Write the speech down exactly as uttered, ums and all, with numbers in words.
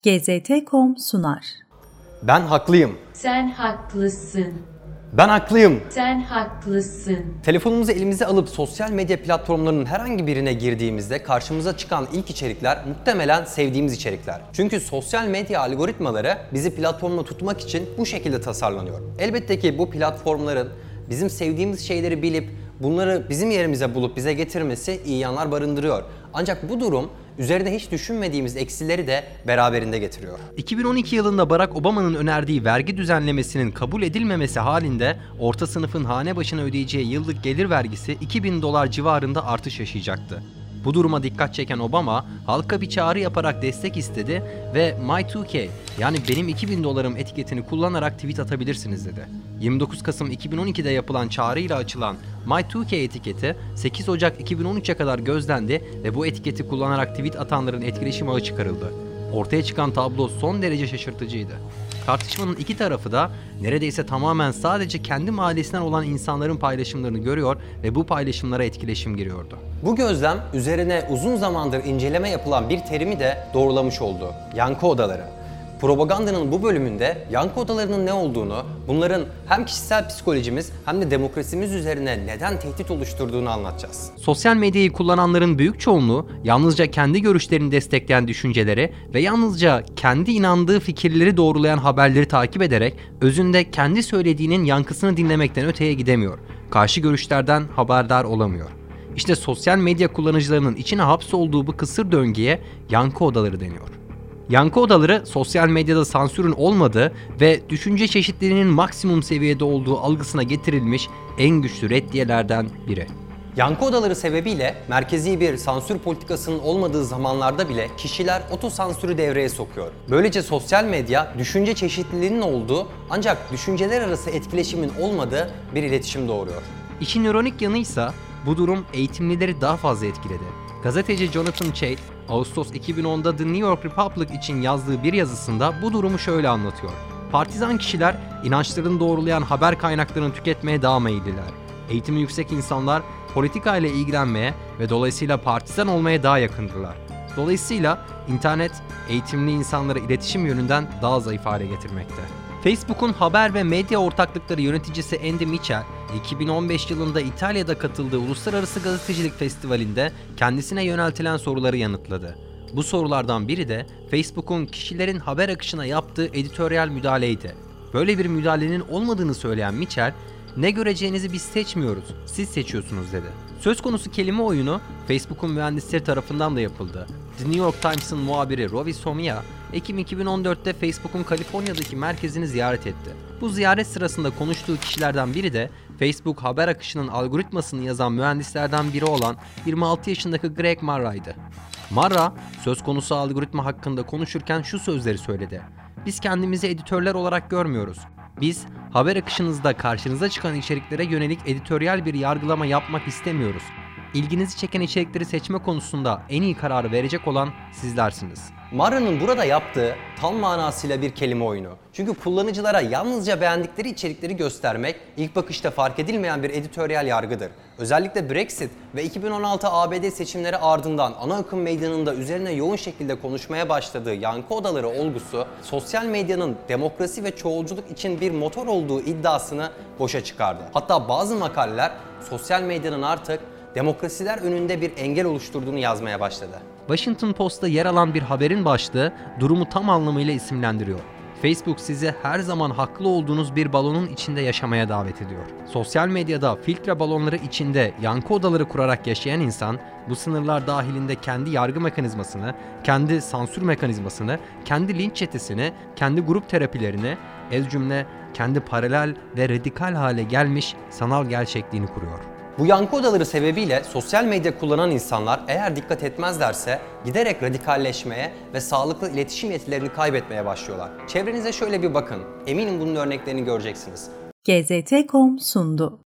G Z T nokta com sunar. Ben haklıyım. Sen haklısın. Ben haklıyım. Sen haklısın. Telefonumuzu elimize alıp sosyal medya platformlarının herhangi birine girdiğimizde karşımıza çıkan ilk içerikler muhtemelen sevdiğimiz içerikler. Çünkü sosyal medya algoritmaları bizi platformda tutmak için bu şekilde tasarlanıyor. Elbette ki bu platformların bizim sevdiğimiz şeyleri bilip bunları bizim yerimize bulup bize getirmesi iyi yanlar barındırıyor. Ancak bu durum üzerinde hiç düşünmediğimiz eksileri de beraberinde getiriyor. iki bin on iki yılında Barack Obama'nın önerdiği vergi düzenlemesinin kabul edilmemesi halinde orta sınıfın hane başına ödeyeceği yıllık gelir vergisi iki bin dolar civarında artış yaşayacaktı. Bu duruma dikkat çeken Obama halka bir çağrı yaparak destek istedi ve My iki K yani benim iki bin dolarım etiketini kullanarak tweet atabilirsiniz dedi. yirmi dokuz Kasım iki bin on ikide yapılan çağrıyla açılan My iki K etiketi sekiz Ocak iki bin on üçe kadar gözlendi ve bu etiketi kullanarak tweet atanların etkileşim ağı çıkarıldı. Ortaya çıkan tablo son derece şaşırtıcıydı. Tartışmanın iki tarafı da neredeyse tamamen sadece kendi mahallesinden olan insanların paylaşımlarını görüyor ve bu paylaşımlara etkileşim giriyordu. Bu gözlem üzerine uzun zamandır inceleme yapılan bir terimi de doğrulamış oldu. Yankı odaları. Propagandanın bu bölümünde yankı odalarının ne olduğunu, bunların hem kişisel psikolojimiz hem de demokrasimiz üzerine neden tehdit oluşturduğunu anlatacağız. Sosyal medyayı kullananların büyük çoğunluğu yalnızca kendi görüşlerini destekleyen düşünceleri ve yalnızca kendi inandığı fikirleri doğrulayan haberleri takip ederek özünde kendi söylediğinin yankısını dinlemekten öteye gidemiyor. Karşı görüşlerden haberdar olamıyor. İşte sosyal medya kullanıcılarının içine hapsolduğu bu kısır döngüye yankı odaları deniyor. Yankı odaları sosyal medyada sansürün olmadığı ve düşünce çeşitliliğinin maksimum seviyede olduğu algısına getirilmiş en güçlü reddiyelerden biri. Yankı odaları sebebiyle merkezi bir sansür politikasının olmadığı zamanlarda bile kişiler otosansürü devreye sokuyor. Böylece sosyal medya düşünce çeşitliliğinin olduğu ancak düşünceler arası etkileşimin olmadığı bir iletişim doğuruyor. İşin ironik yanıysa bu durum eğitimlileri daha fazla etkiledi. Gazeteci Jonathan Chait, Ağustos iki bin onda The New York Republic için yazdığı bir yazısında bu durumu şöyle anlatıyor. Partizan kişiler inançlarını doğrulayan haber kaynaklarını tüketmeye daha meyilliler. Eğitimi yüksek insanlar politika ile ilgilenmeye ve dolayısıyla partizan olmaya daha yakındırlar. Dolayısıyla internet eğitimli insanlara iletişim yönünden daha zayıf hale getirmekte. Facebook'un haber ve medya ortaklıkları yöneticisi Andy Mitchell, iki bin on beş yılında İtalya'da katıldığı Uluslararası Gazetecilik Festivali'nde kendisine yöneltilen soruları yanıtladı. Bu sorulardan biri de Facebook'un kişilerin haber akışına yaptığı editoryal müdahaleydi. Böyle bir müdahalenin olmadığını söyleyen Mitchell, "Ne göreceğinizi biz seçmiyoruz, siz seçiyorsunuz." dedi. Söz konusu kelime oyunu Facebook'un mühendisleri tarafından da yapıldı. The New York Times'ın muhabiri Ravi Somia, Ekim iki bin on dörtte Facebook'un Kaliforniya'daki merkezini ziyaret etti. Bu ziyaret sırasında konuştuğu kişilerden biri de Facebook haber akışının algoritmasını yazan mühendislerden biri olan yirmi altı yaşındaki Greg Marra'ydı. Marra, söz konusu algoritma hakkında konuşurken şu sözleri söyledi. "Biz kendimizi editörler olarak görmüyoruz. Biz haber akışınızda karşınıza çıkan içeriklere yönelik editoryal bir yargılama yapmak istemiyoruz. İlginizi çeken içerikleri seçme konusunda en iyi kararı verecek olan sizlersiniz." Marra'nın burada yaptığı tam manasıyla bir kelime oyunu. Çünkü kullanıcılara yalnızca beğendikleri içerikleri göstermek ilk bakışta fark edilmeyen bir editoryal yargıdır. Özellikle Brexit ve iki bin on altı A B D seçimleri ardından ana akım medyanın da üzerine yoğun şekilde konuşmaya başladığı yankı odaları olgusu, sosyal medyanın demokrasi ve çoğulculuk için bir motor olduğu iddiasını boşa çıkardı. Hatta bazı makaleler sosyal medyanın artık demokrasiler önünde bir engel oluşturduğunu yazmaya başladı. Washington Post'ta yer alan bir haberin başlığı durumu tam anlamıyla isimlendiriyor. Facebook sizi her zaman haklı olduğunuz bir balonun içinde yaşamaya davet ediyor. Sosyal medyada filtre balonları içinde yankı odaları kurarak yaşayan insan, bu sınırlar dahilinde kendi yargı mekanizmasını, kendi sansür mekanizmasını, kendi linç çetesini, kendi grup terapilerini, ez cümle kendi paralel ve radikal hale gelmiş sanal gerçekliğini kuruyor. Bu yankı odaları sebebiyle sosyal medya kullanan insanlar eğer dikkat etmezlerse giderek radikalleşmeye ve sağlıklı iletişim yetilerini kaybetmeye başlıyorlar. Çevrenize şöyle bir bakın. Eminim bunun örneklerini göreceksiniz. G Z T nokta com sundu.